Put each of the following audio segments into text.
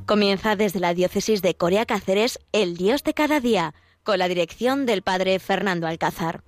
Comienza desde la diócesis de Coria Cáceres El Dios de cada día, con la dirección del padre Fernando Alcázar.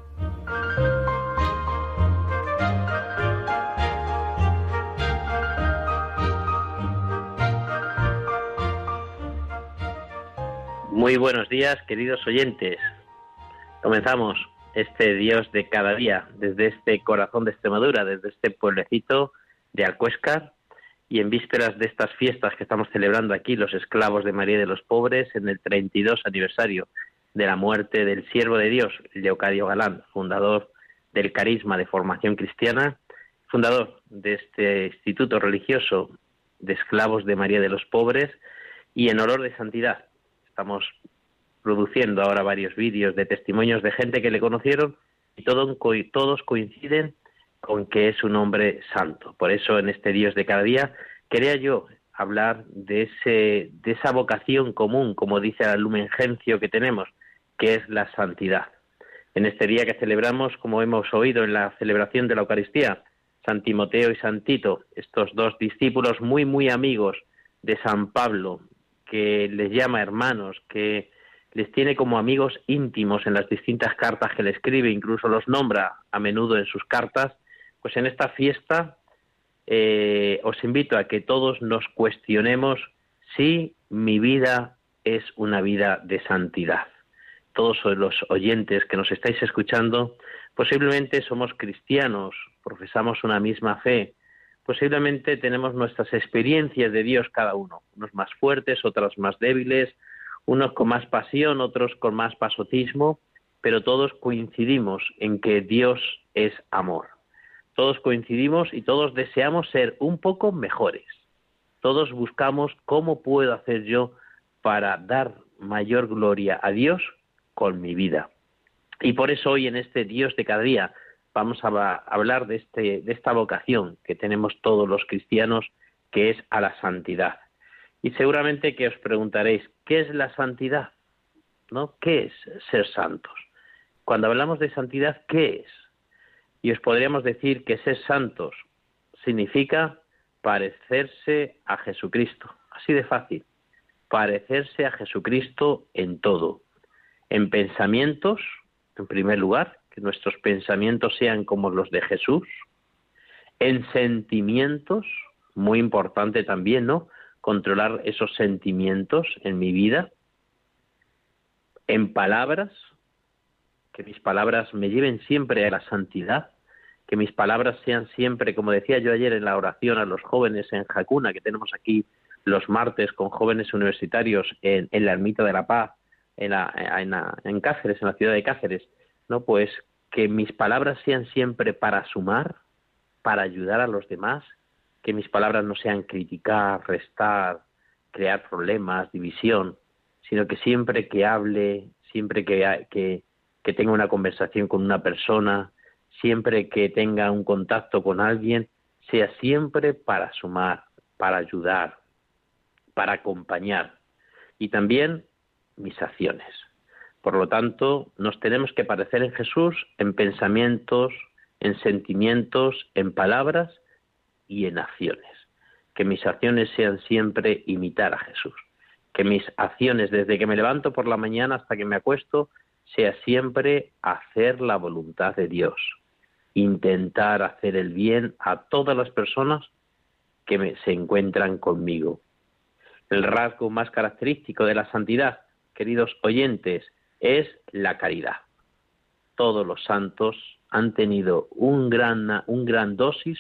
Muy buenos días, queridos oyentes. Comenzamos este Dios de cada día desde este corazón de Extremadura, desde este pueblecito de Alcuéscar, y en vísperas de estas fiestas que estamos celebrando aquí, los esclavos de María de los Pobres, en el 32 aniversario de la muerte del siervo de Dios, Leocadio Galán, fundador del Carisma de Formación Cristiana, fundador de este instituto religioso de esclavos de María de los Pobres, y en olor de santidad. Estamos produciendo ahora varios vídeos de testimonios de gente que le conocieron y todos coinciden con que es un hombre santo. Por eso en este Dios de cada día quería yo hablar de esa vocación común, como dice el Lumen Gentium que tenemos, que es la santidad. En este día que celebramos, como hemos oído en la celebración de la Eucaristía, San Timoteo y San Tito, estos dos discípulos muy, muy amigos de San Pablo, que les llama hermanos, que les tiene como amigos íntimos en las distintas cartas que le escribe, incluso los nombra a menudo en sus cartas, pues en esta fiesta os invito a que todos nos cuestionemos si mi vida es una vida de santidad. Todos los oyentes que nos estáis escuchando, posiblemente somos cristianos, profesamos una misma fe, posiblemente tenemos nuestras experiencias de Dios cada uno, unos más fuertes, otros más débiles, unos con más pasión, otros con más pasotismo, pero todos coincidimos en que Dios es amor. Todos coincidimos y todos deseamos ser un poco mejores. Todos buscamos cómo puedo hacer yo para dar mayor gloria a Dios con mi vida. Y por eso hoy en este Dios de cada día vamos a hablar de esta vocación que tenemos todos los cristianos, que es a la santidad. Y seguramente que os preguntaréis, ¿qué es la santidad? ¿No? ¿Qué es ser santos? Cuando hablamos de santidad, ¿qué es? Y os podríamos decir que ser santos significa parecerse a Jesucristo. Así de fácil. Parecerse a Jesucristo en todo. En pensamientos, en primer lugar, que nuestros pensamientos sean como los de Jesús. En sentimientos, muy importante también, ¿no? Controlar esos sentimientos en mi vida. En palabras, que mis palabras me lleven siempre a la santidad, que mis palabras sean siempre, como decía yo ayer en la oración a los jóvenes en Jacuna, que tenemos aquí los martes con jóvenes universitarios en la Ermita de la Paz, en Cáceres, en la ciudad de Cáceres, ¿no? Pues que mis palabras sean siempre para sumar, para ayudar a los demás, que mis palabras no sean criticar, restar, crear problemas, división, sino que siempre que hable, siempre que tenga una conversación con una persona, siempre que tenga un contacto con alguien, sea siempre para sumar, para ayudar, para acompañar. Y también mis acciones. Por lo tanto, nos tenemos que parecer en Jesús en pensamientos, en sentimientos, en palabras y en acciones. Que mis acciones sean siempre imitar a Jesús. Que mis acciones, desde que me levanto por la mañana hasta que me acuesto, sea siempre hacer la voluntad de Dios. Intentar hacer el bien a todas las personas que se encuentran conmigo. El rasgo más característico de la santidad, queridos oyentes, es la caridad. Todos los santos han tenido una gran dosis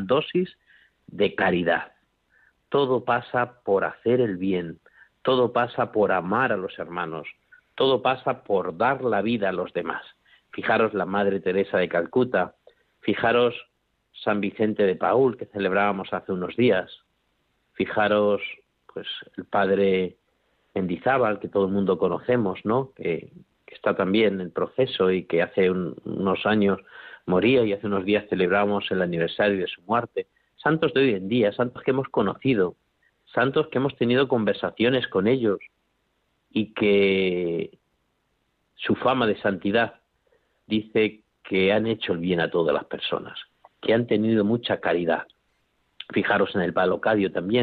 de caridad. Todo pasa por hacer el bien, todo pasa por amar a los hermanos, todo pasa por dar la vida a los demás. Fijaros la Madre Teresa de Calcuta, fijaros San Vicente de Paúl, que celebrábamos hace unos días, fijaros pues el Padre Mendizábal, que todo el mundo conocemos, ¿no? Que está también en proceso y que hace unos años moría y hace unos días celebramos el aniversario de su muerte. Santos de hoy en día, santos que hemos conocido, santos que hemos tenido conversaciones con ellos y que su fama de santidad dice que han hecho el bien a todas las personas, que han tenido mucha caridad. Fijaros en el Padre Leocadio también,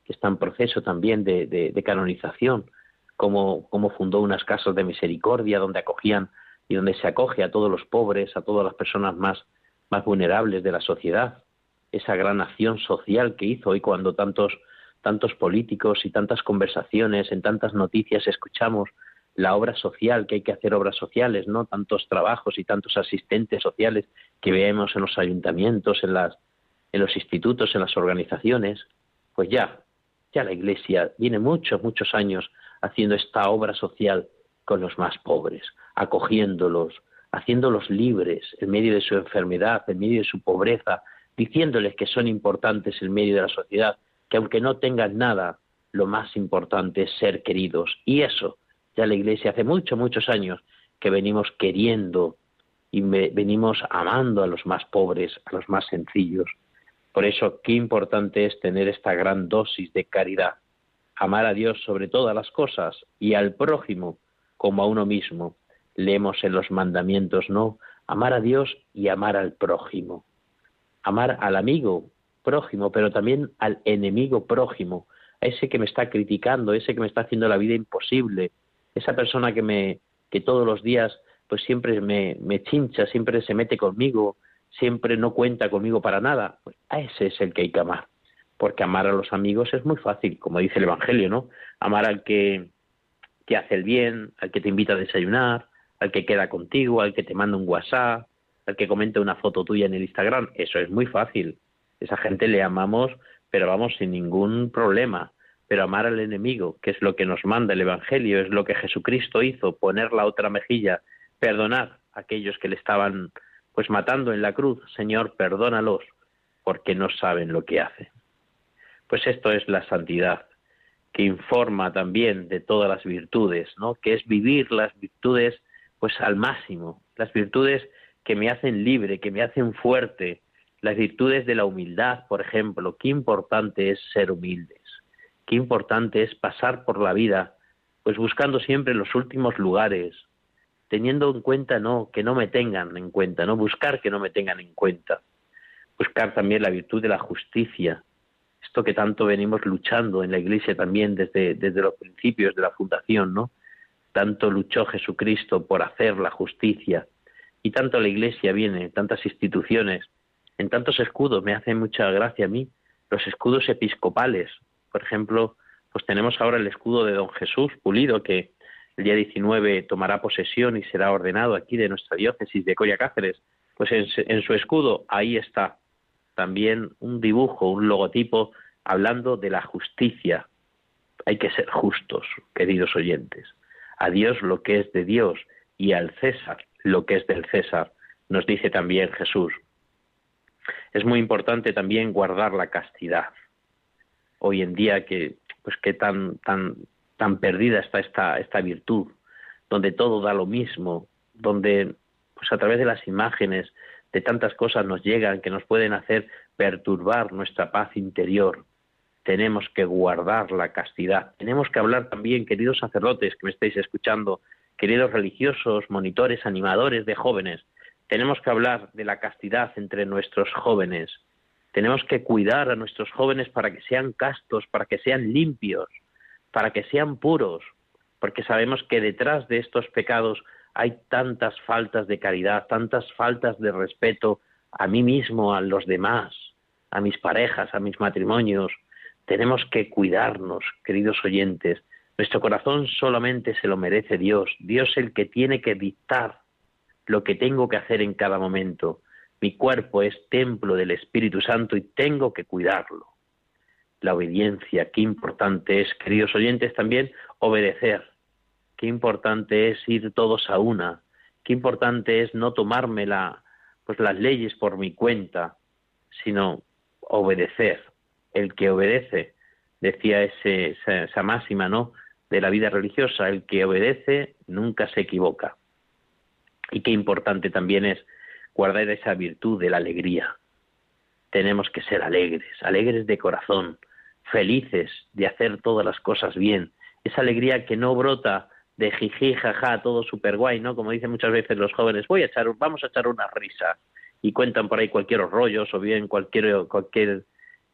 que está en proceso también de canonización, como fundó unas casas de misericordia donde acogían y donde se acoge a todos los pobres, a todas las personas más vulnerables de la sociedad. Esa gran acción social que hizo, y cuando tantos políticos y tantas conversaciones, en tantas noticias escuchamos la obra social, que hay que hacer obras sociales, ¿no? Tantos trabajos y tantos asistentes sociales que vemos en los ayuntamientos, en los institutos, en las organizaciones, pues ya la Iglesia viene muchos años haciendo esta obra social con los más pobres, acogiéndolos, haciéndolos libres en medio de su enfermedad, en medio de su pobreza, diciéndoles que son importantes en medio de la sociedad, que aunque no tengan nada, lo más importante es ser queridos. Y eso, ya la Iglesia hace muchos años que venimos queriendo y venimos amando a los más pobres, a los más sencillos. Por eso, qué importante es tener esta gran dosis de caridad. Amar a Dios sobre todas las cosas y al prójimo como a uno mismo. Leemos en los mandamientos, ¿no? Amar a Dios y amar al prójimo. Amar al amigo prójimo, pero también al enemigo prójimo, a ese que me está criticando, ese que me está haciendo la vida imposible, esa persona que todos los días pues siempre me chincha, siempre se mete conmigo, siempre no cuenta conmigo para nada. Pues a ese es el que hay que amar, porque amar a los amigos es muy fácil, como dice el Evangelio, ¿no? Amar al que hace el bien, al que te invita a desayunar, al que queda contigo, al que te manda un WhatsApp, al que comenta una foto tuya en el Instagram, eso es muy fácil. Esa gente le amamos, pero vamos, sin ningún problema. Pero amar al enemigo, que es lo que nos manda el Evangelio, es lo que Jesucristo hizo, poner la otra mejilla, perdonar a aquellos que le estaban pues matando en la cruz. Señor, perdónalos, porque no saben lo que hacen. Pues esto es la santidad, que informa también de todas las virtudes, ¿no? Que es vivir las virtudes pues al máximo, las virtudes que me hacen libre, que me hacen fuerte, las virtudes de la humildad, por ejemplo. Qué importante es ser humildes, qué importante es pasar por la vida pues buscando siempre los últimos lugares, teniendo en cuenta que no me tengan en cuenta, no buscar que no me tengan en cuenta, buscar también la virtud de la justicia, esto que tanto venimos luchando en la Iglesia también desde los principios de la fundación, ¿no? Tanto luchó Jesucristo por hacer la justicia, y tanto la Iglesia viene, tantas instituciones, en tantos escudos. Me hace mucha gracia a mí los escudos episcopales. Por ejemplo, pues tenemos ahora el escudo de don Jesús Pulido, que el día 19 tomará posesión y será ordenado aquí de nuestra diócesis de Coria Cáceres. Pues en su escudo ahí está también un dibujo, un logotipo hablando de la justicia. Hay que ser justos, queridos oyentes. A Dios lo que es de Dios y al César lo que es del César, nos dice también Jesús. Es muy importante también guardar la castidad. Hoy en día que tan perdida está esta virtud, donde todo da lo mismo, donde pues a través de las imágenes de tantas cosas nos llegan que nos pueden hacer perturbar nuestra paz interior. Tenemos que guardar la castidad. Tenemos que hablar también, queridos sacerdotes que me estáis escuchando, queridos religiosos, monitores, animadores de jóvenes, tenemos que hablar de la castidad entre nuestros jóvenes. Tenemos que cuidar a nuestros jóvenes para que sean castos, para que sean limpios, para que sean puros, porque sabemos que detrás de estos pecados hay tantas faltas de caridad, tantas faltas de respeto a mí mismo, a los demás, a mis parejas, a mis matrimonios. Tenemos que cuidarnos, queridos oyentes. Nuestro corazón solamente se lo merece Dios. Dios es el que tiene que dictar lo que tengo que hacer en cada momento. Mi cuerpo es templo del Espíritu Santo y tengo que cuidarlo. La obediencia, qué importante es, queridos oyentes, también obedecer. Qué importante es ir todos a una. Qué importante es no tomarme las leyes por mi cuenta, sino obedecer. El que obedece, decía esa máxima, ¿no?, de la vida religiosa, el que obedece nunca se equivoca. Y qué importante también es guardar esa virtud de la alegría. Tenemos que ser alegres de corazón, felices de hacer todas las cosas bien. Esa alegría que no brota de jiji, jaja, todo súper guay, ¿no? Como dicen muchas veces los jóvenes, vamos a echar una risa. Y cuentan por ahí cualquier rollos o bien cualquier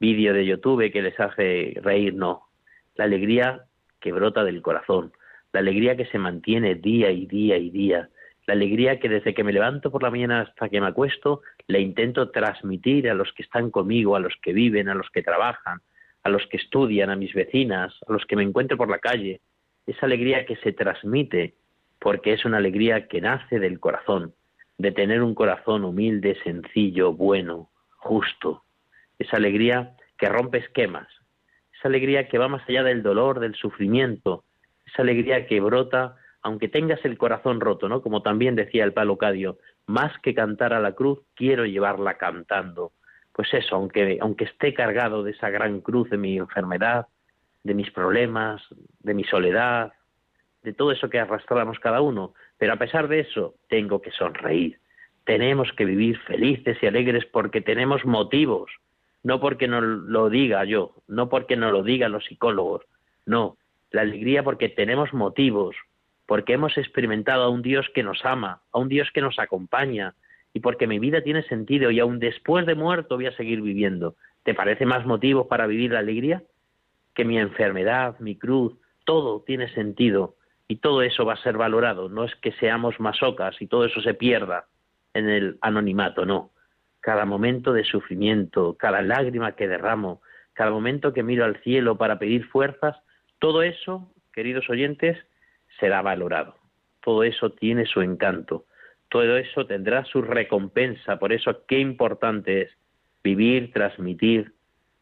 vídeo de YouTube que les hace reír, no. La alegría que brota del corazón, la alegría que se mantiene día y día y día, la alegría que desde que me levanto por la mañana hasta que me acuesto, le intento transmitir a los que están conmigo, a los que viven, a los que trabajan, a los que estudian, a mis vecinas, a los que me encuentro por la calle. Esa alegría que se transmite, porque es una alegría que nace del corazón, de tener un corazón humilde, sencillo, bueno, justo. Esa alegría que rompe esquemas, esa alegría que va más allá del dolor, del sufrimiento, esa alegría que brota aunque tengas el corazón roto, ¿no? Como también decía el Palo Cadio, más que cantar a la cruz, quiero llevarla cantando. Pues eso, aunque esté cargado de esa gran cruz de mi enfermedad, de mis problemas, de mi soledad, de todo eso que arrastramos cada uno, pero a pesar de eso, tengo que sonreír. Tenemos que vivir felices y alegres porque tenemos motivos, no porque nos lo diga yo, no porque nos lo digan los psicólogos, no, la alegría porque tenemos motivos, porque hemos experimentado a un Dios que nos ama, a un Dios que nos acompaña, y porque mi vida tiene sentido y aún después de muerto voy a seguir viviendo. ¿Te parece más motivo para vivir la alegría? Que mi enfermedad, mi cruz, todo tiene sentido y todo eso va a ser valorado. No es que seamos masocas y todo eso se pierda en el anonimato, no. Cada momento de sufrimiento, cada lágrima que derramo, cada momento que miro al cielo para pedir fuerzas, todo eso, queridos oyentes, será valorado. Todo eso tiene su encanto. Todo eso tendrá su recompensa. Por eso, qué importante es vivir, transmitir,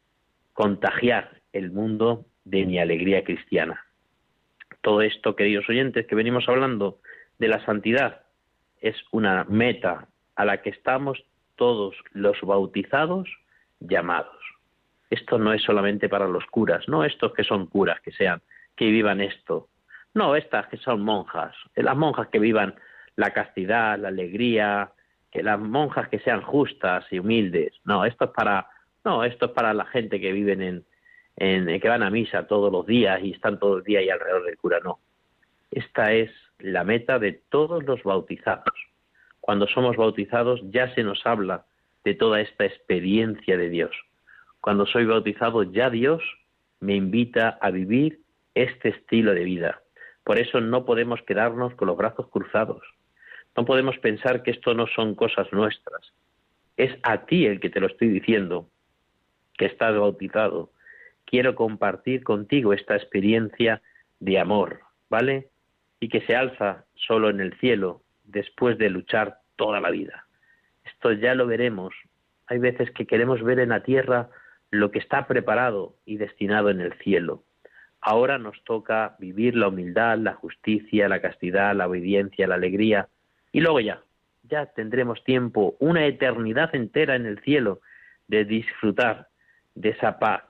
contagiar el mundo de mi alegría cristiana. Todo esto, queridos oyentes, que venimos hablando de la santidad, es una meta a la que estamos todos los bautizados llamados. Esto no es solamente para los curas, no estos que son curas, que vivan esto. No, estas que son monjas, las monjas que vivan la castidad, la alegría, que las monjas que sean justas y humildes. No, esto es para la gente que viven que van a misa todos los días y están todo el día ahí alrededor del cura. No, esta es la meta de todos los bautizados. Cuando somos bautizados ya se nos habla de toda esta experiencia de Dios. Cuando soy bautizado ya Dios me invita a vivir este estilo de vida. Por eso no podemos quedarnos con los brazos cruzados. No podemos pensar que esto no son cosas nuestras. Es a ti el que te lo estoy diciendo, que estás bautizado. Quiero compartir contigo esta experiencia de amor, ¿vale? Y que se alza solo en el cielo después de luchar toda la vida. Esto ya lo veremos. Hay veces que queremos ver en la tierra lo que está preparado y destinado en el cielo. Ahora nos toca vivir la humildad, la justicia, la castidad, la obediencia, la alegría. Y luego ya tendremos tiempo, una eternidad entera en el cielo, de disfrutar de esa paz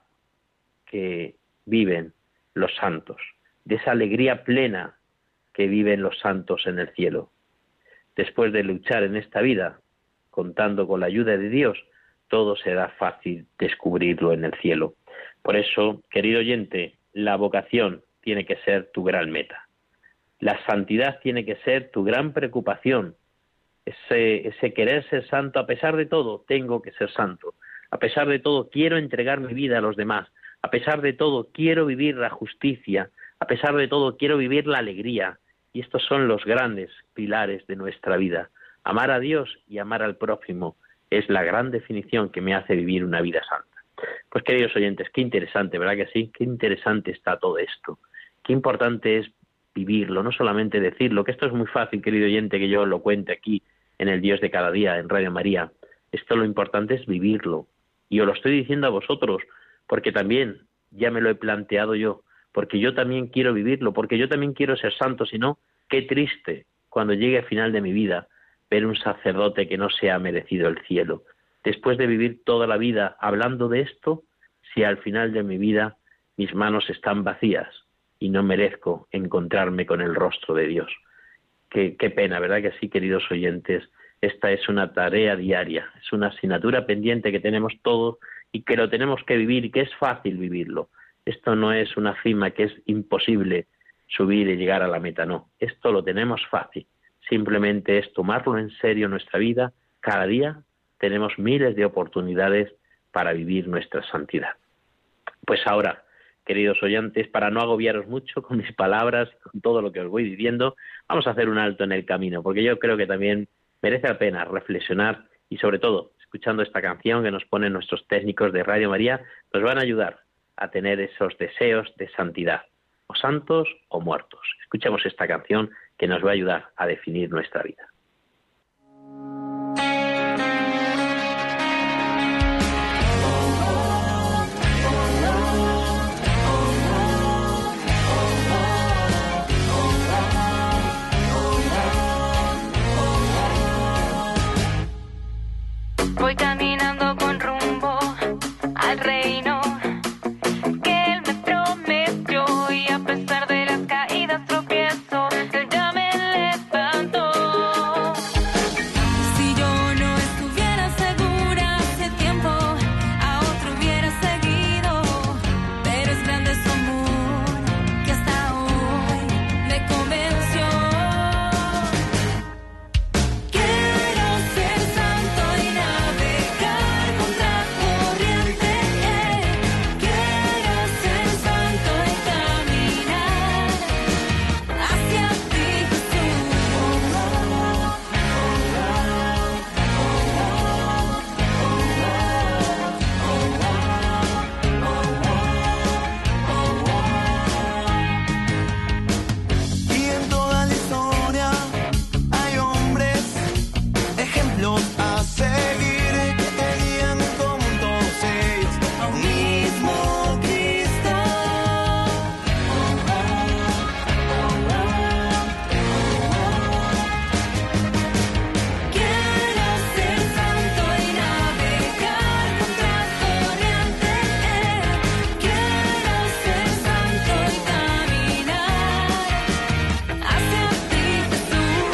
que viven los santos, de esa alegría plena que viven los santos en el cielo. Después de luchar en esta vida, contando con la ayuda de Dios, todo será fácil descubrirlo en el cielo. Por eso, querido oyente, la vocación tiene que ser tu gran meta. La santidad tiene que ser tu gran preocupación. Ese querer ser santo, a pesar de todo, tengo que ser santo. A pesar de todo, quiero entregar mi vida a los demás. A pesar de todo, quiero vivir la justicia. A pesar de todo, quiero vivir la alegría. Y estos son los grandes pilares de nuestra vida. Amar a Dios y amar al prójimo es la gran definición que me hace vivir una vida santa. Pues queridos oyentes, qué interesante, ¿verdad que sí? Qué interesante está todo esto. Qué importante es vivirlo, no solamente decirlo, que esto es muy fácil, querido oyente, que yo lo cuente aquí en el Dios de cada día, en Radio María. Esto lo importante es vivirlo. Y os lo estoy diciendo a vosotros, porque también ya me lo he planteado yo, porque yo también quiero vivirlo, porque yo también quiero ser santo, si no, qué triste cuando llegue al final de mi vida ver un sacerdote que no se ha merecido el cielo. Después de vivir toda la vida hablando de esto, si al final de mi vida mis manos están vacías y no merezco encontrarme con el rostro de Dios. Qué pena, ¿verdad que sí, queridos oyentes? Esta es una tarea diaria, es una asignatura pendiente que tenemos todos y que lo tenemos que vivir y que es fácil vivirlo. Esto no es una cima que es imposible subir y llegar a la meta, no. Esto lo tenemos fácil. Simplemente es tomarlo en serio en nuestra vida. Cada día tenemos miles de oportunidades para vivir nuestra santidad. Pues ahora, queridos oyentes, para no agobiaros mucho con mis palabras, con todo lo que os voy diciendo, vamos a hacer un alto en el camino, porque yo creo que también merece la pena reflexionar y sobre todo, escuchando esta canción que nos ponen nuestros técnicos de Radio María, nos van a ayudar a tener esos deseos de santidad, o santos o muertos. Escuchemos esta canción que nos va a ayudar a definir nuestra vida. Voy caminando con rumbo al reino que Él me prometió, y a pesar de las caídas tropiezo, Él ya me levantó. Si yo no estuviera segura hace tiempo, a otro hubiera seguido, pero es grande su amor que hasta hoy me convenció. Quiero ser santo y navegar contra corriente. Quiero ser santo y caminar hacia ti, Jesús. Y en toda la historia hay hombres, ejemplos a seguir, que tenían como todos ellos a un mismo Cristo. Quiero ser santo y navegar contra corriente. Quiero ser santo y caminar hacia ti, Jesús.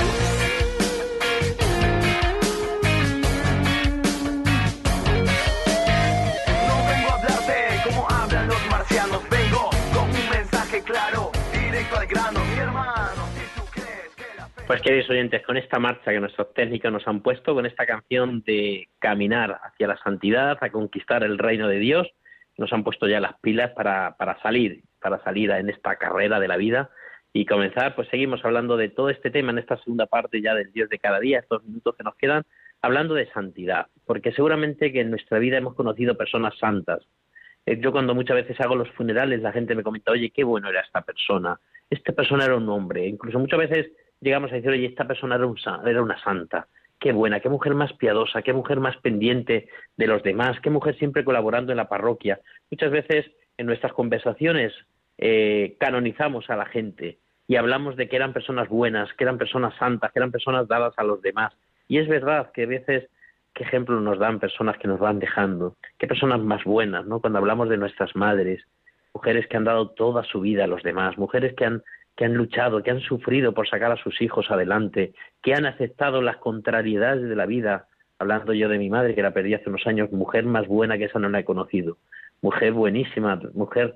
No vengo a hablarte como hablan los marcianos, vengo con un mensaje claro, directo al grano, mi hermano, si tú crees que la fe... Pues queridos oyentes, con esta marcha que nuestros técnicos nos han puesto, con esta canción de caminar hacia la santidad, a conquistar el reino de Dios, nos han puesto ya las pilas para salir en esta carrera de la vida y comenzar. Pues seguimos hablando de todo este tema en esta segunda parte ya del Dios de cada día, estos minutos que nos quedan, hablando de santidad, porque seguramente que en nuestra vida hemos conocido personas santas. Yo cuando muchas veces hago los funerales, la gente me comenta, oye, qué bueno era esta persona era un hombre, incluso muchas veces llegamos a decir, oye, esta persona era una santa, qué buena, qué mujer más piadosa, qué mujer más pendiente de los demás, qué mujer siempre colaborando en la parroquia. Muchas veces en nuestras conversaciones canonizamos a la gente y hablamos de que eran personas buenas, que eran personas santas, que eran personas dadas a los demás. Y es verdad que a veces, qué ejemplos nos dan personas que nos van dejando, qué personas más buenas, ¿no? Cuando hablamos de nuestras madres, mujeres que han dado toda su vida a los demás, mujeres que han luchado, que han sufrido por sacar a sus hijos adelante, que han aceptado las contrariedades de la vida. Hablando yo de mi madre, que la perdí hace unos años, mujer más buena que esa no la he conocido. Mujer buenísima, mujer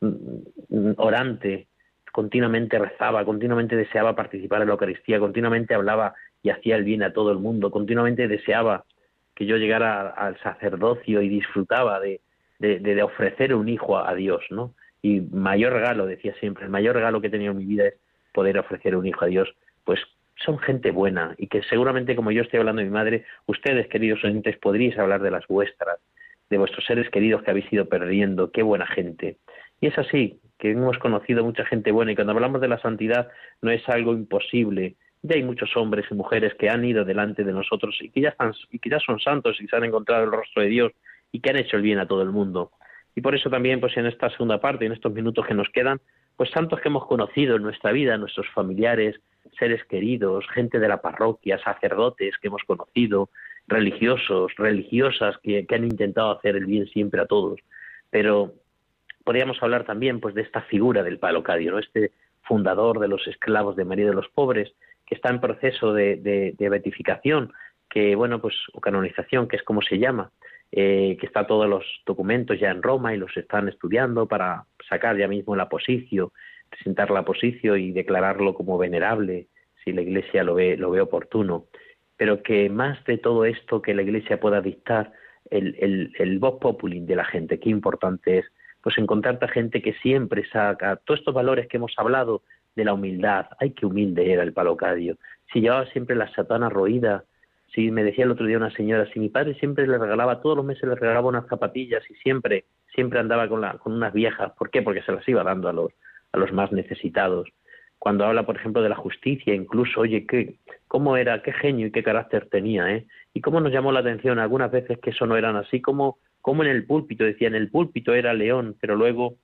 orante, continuamente rezaba, continuamente deseaba participar en la Eucaristía, continuamente hablaba y hacía el bien a todo el mundo, continuamente deseaba que yo llegara al sacerdocio y disfrutaba de ofrecer un hijo a Dios, ¿no? Y mayor regalo, decía siempre, el mayor regalo que he tenido en mi vida es poder ofrecer un hijo a Dios. Pues son gente buena y que seguramente, como yo estoy hablando de mi madre, ustedes, queridos oyentes, podríais hablar de las vuestras, de vuestros seres queridos que habéis ido perdiendo. Qué buena gente. Y es así, que hemos conocido mucha gente buena, y cuando hablamos de la santidad no es algo imposible. Ya hay muchos hombres y mujeres que han ido delante de nosotros y que ya son santos y se han encontrado el rostro de Dios y que han hecho el bien a todo el mundo. Y por eso también, pues en esta segunda parte, en estos minutos que nos quedan, pues santos que hemos conocido en nuestra vida, nuestros familiares, seres queridos, gente de la parroquia, sacerdotes que hemos conocido, religiosos, religiosas que han intentado hacer el bien siempre a todos. Pero podríamos hablar también pues de esta figura del Padre Leocadio, ¿no? Este fundador de los esclavos de María de los Pobres, que está en proceso de beatificación, que bueno, pues o canonización, que es como se llama, que está todos los documentos ya en Roma y los están estudiando para sacar ya mismo el aposicio, presentar el aposicio y declararlo como venerable, si la Iglesia lo ve oportuno. Pero que más de todo esto que la Iglesia pueda dictar, el vox populi de la gente. Qué importante es pues encontrarte a gente que siempre saca todos estos valores que hemos hablado de la humildad. Ay, qué humilde era el Palocadio. Si llevaba siempre la sotana roída, si me decía el otro día una señora, si mi padre siempre le regalaba, todos los meses le regalaba unas zapatillas y siempre andaba con unas viejas. ¿Por qué? Porque se las iba dando a los más necesitados. Cuando habla, por ejemplo, de la justicia, incluso, oye, cómo era, qué genio y qué carácter tenía, ¿eh? Y cómo nos llamó la atención algunas veces que eso no eran así, como en el púlpito, decía, en el púlpito era león, pero luego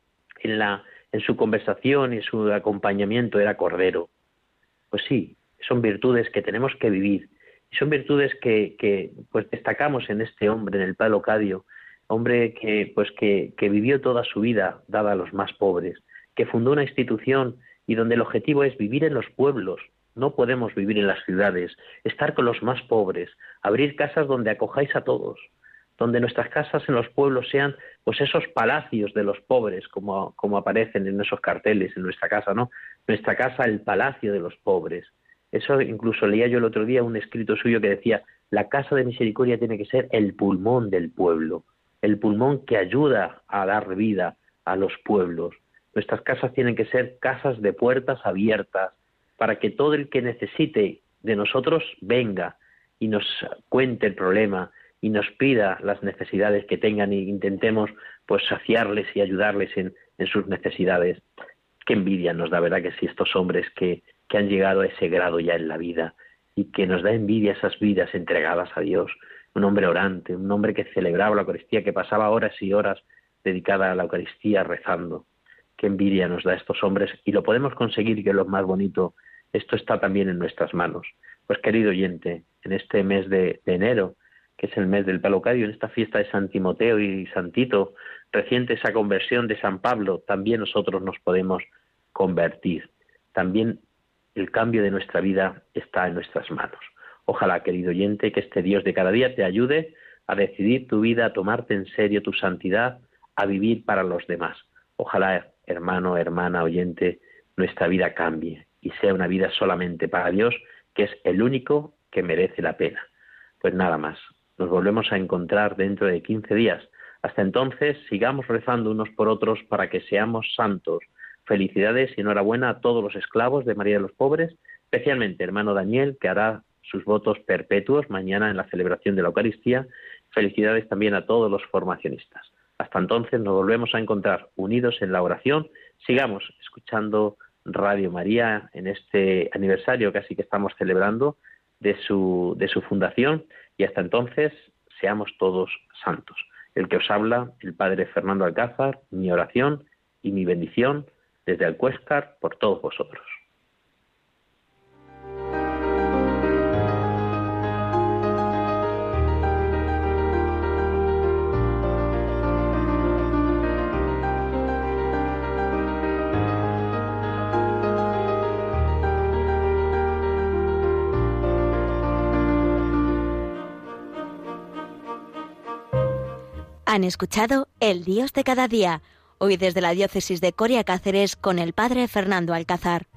en su conversación y su acompañamiento era cordero. Pues sí, son virtudes que tenemos que vivir, y son virtudes que pues destacamos en este hombre, en el Palocadio, hombre que vivió toda su vida dada a los más pobres, que fundó una institución y donde el objetivo es vivir en los pueblos. No podemos vivir en las ciudades, estar con los más pobres, abrir casas donde acojáis a todos, donde nuestras casas en los pueblos sean pues esos palacios de los pobres, como aparecen en esos carteles, en nuestra casa, ¿no? Nuestra casa, el palacio de los pobres. Eso incluso leía yo el otro día un escrito suyo que decía, la casa de misericordia tiene que ser el pulmón del pueblo, el pulmón que ayuda a dar vida a los pueblos. Nuestras casas tienen que ser casas de puertas abiertas, para que todo el que necesite de nosotros venga y nos cuente el problema y nos pida las necesidades que tengan e intentemos pues saciarles y ayudarles en sus necesidades. Qué envidia nos da, ¿verdad? Que si estos hombres que han llegado a ese grado ya en la vida y que nos da envidia esas vidas entregadas a Dios, un hombre orante, un hombre que celebraba la Eucaristía, que pasaba horas y horas dedicada a la Eucaristía rezando. Qué envidia nos da estos hombres y lo podemos conseguir, que es lo más bonito. Esto está también en nuestras manos. Pues querido oyente, en este mes de enero, que es el mes del Palocadio, en esta fiesta de San Timoteo y San Tito, reciente esa conversión de San Pablo, también nosotros nos podemos convertir. También el cambio de nuestra vida está en nuestras manos. Ojalá, querido oyente, que este Dios de cada día te ayude a decidir tu vida, a tomarte en serio tu santidad, a vivir para los demás. Ojalá, hermano, hermana, oyente, nuestra vida cambie y sea una vida solamente para Dios, que es el único que merece la pena. Pues nada más, nos volvemos a encontrar dentro de 15 días. Hasta entonces, sigamos rezando unos por otros para que seamos santos. Felicidades y enhorabuena a todos los esclavos de María de los Pobres, especialmente hermano Daniel, que hará sus votos perpetuos mañana en la celebración de la Eucaristía. Felicidades también a todos los formacionistas. Hasta entonces nos volvemos a encontrar unidos en la oración. Sigamos escuchando Radio María en este aniversario casi que estamos celebrando de su fundación, y hasta entonces seamos todos santos. El que os habla, el Padre Fernando Alcázar, mi oración y mi bendición desde Alcuéscar por todos vosotros. Han escuchado El Dios de cada día, hoy desde la diócesis de Coria Cáceres con el Padre Fernando Alcázar.